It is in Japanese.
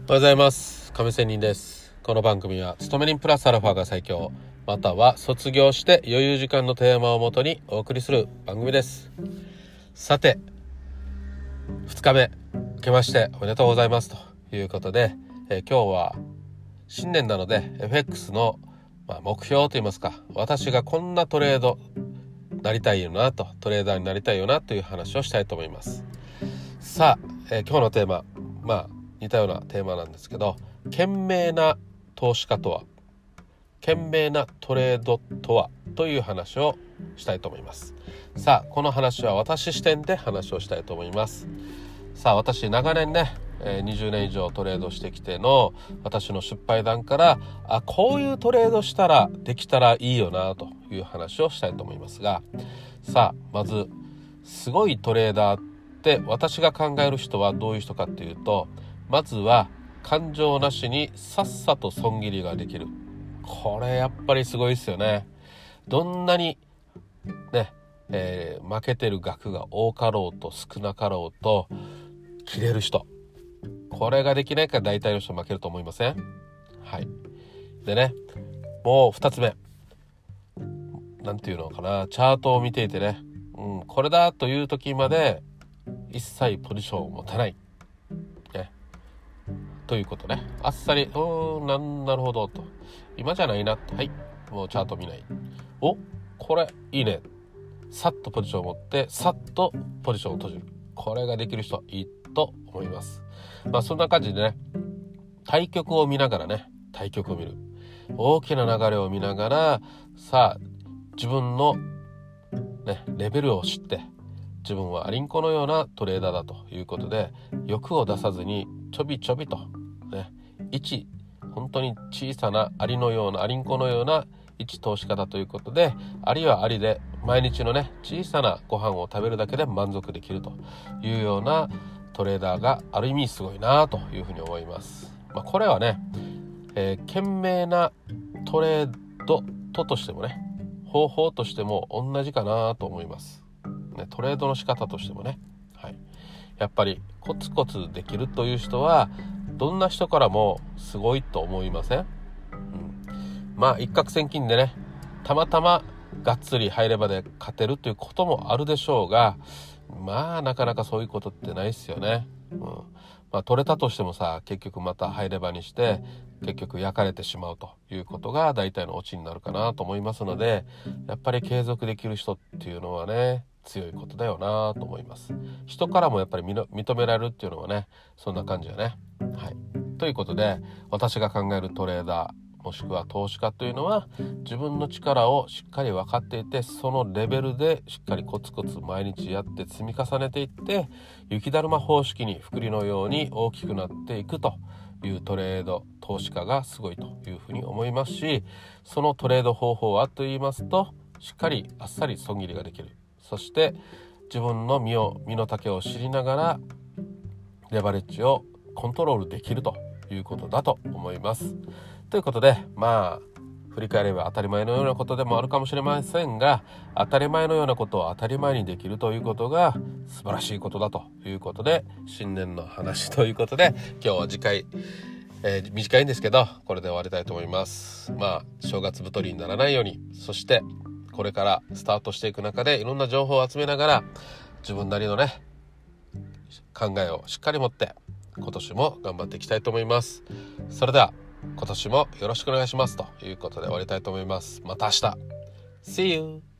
おはようございます。亀仙人です。この番組は勤め人プラスアルファが最強、または卒業して余裕時間のテーマをもとにお送りする番組です。さて、2日目明けましておめでとうございますということで、今日は新年なので FX の、目標といいますか、私がこんなトレードなりたいよなと、トレーダーになりたいよなという話をしたいと思います。さあ、今日のテーマ、似たようなテーマなんですけど、賢明な投資家とは、賢明なトレードとはという話をしたいと思います。さあ、この話は私視点で話をしたいと思います。さあ、私長年ね、20年以上トレードしてきての私の失敗談から、こういうトレードしたらできたらいいよなという話をしたいと思いますが、さあ、まずすごいトレーダーって私が考える人はどういう人かっていうと、まずは感情なしにさっさと損切りができる。これやっぱりすごいですよね。どんなにね、負けてる額が多かろうと少なかろうと切れる人、これができないから大体の人負けると思いません？はい。でね、もう2つ目、なんていうのかな、チャートを見ていてね、これだという時まで一切ポジションを持たない、ね、ということね。あっさりなるほどと、今じゃないな、はい、もうチャート見ない。これいいね、さっとポジションを持ってさっとポジションを閉じる。これができる人いいと思います。そんな感じでね、対局を見ながらね、対局を見る、大きな流れを見ながら、さあ自分のねレベルを知って、自分はアリンコのようなトレーダーだということで、欲を出さずにちょびちょびとね、本当に小さなアリンコのような一投資家だということで、アリはアリで毎日のね小さなご飯を食べるだけで満足できるというようなトレーダーがある意味すごいなというふうに思います。これはね、賢明なトレードとしてもね、方法としても同じかなと思います。トレードの仕方としてもね、はい、やっぱりコツコツできるという人はどんな人からもすごいと思いません？一攫千金でね、たまたまがっつり入ればで勝てるということもあるでしょうが、なかなかそういうことってないですよね。取れたとしてもさ、結局また入ればにして結局焼かれてしまうということが大体のオチになるかなと思いますので、やっぱり継続できる人っていうのはね、強いことだよなと思います。人からもやっぱり認められるっていうのはね、そんな感じよね。はい。ということで、私が考えるトレーダーもしくは投資家というのは、自分の力をしっかり分かっていて、そのレベルでしっかりコツコツ毎日やって積み重ねていって、雪だるま方式に複利のように大きくなっていくというトレード投資家がすごいというふうに思いますし、そのトレード方法はと言いますと、しっかりあっさり損切りができる。そして自分の身の丈を知りながらレバレッジをコントロールできるということだと思います。ということで、振り返れば当たり前のようなことでもあるかもしれませんが、当たり前のようなことを当たり前にできるということが素晴らしいことだということで、新年の話ということで、今日は次回、短いんですけどこれで終わりたいと思います。正月太りにならないように、そしてこれからスタートしていく中でいろんな情報を集めながら、自分なりのね考えをしっかり持って今年も頑張っていきたいと思います。それでは今年もよろしくお願いしますということで終わりたいと思います。また明日 See you!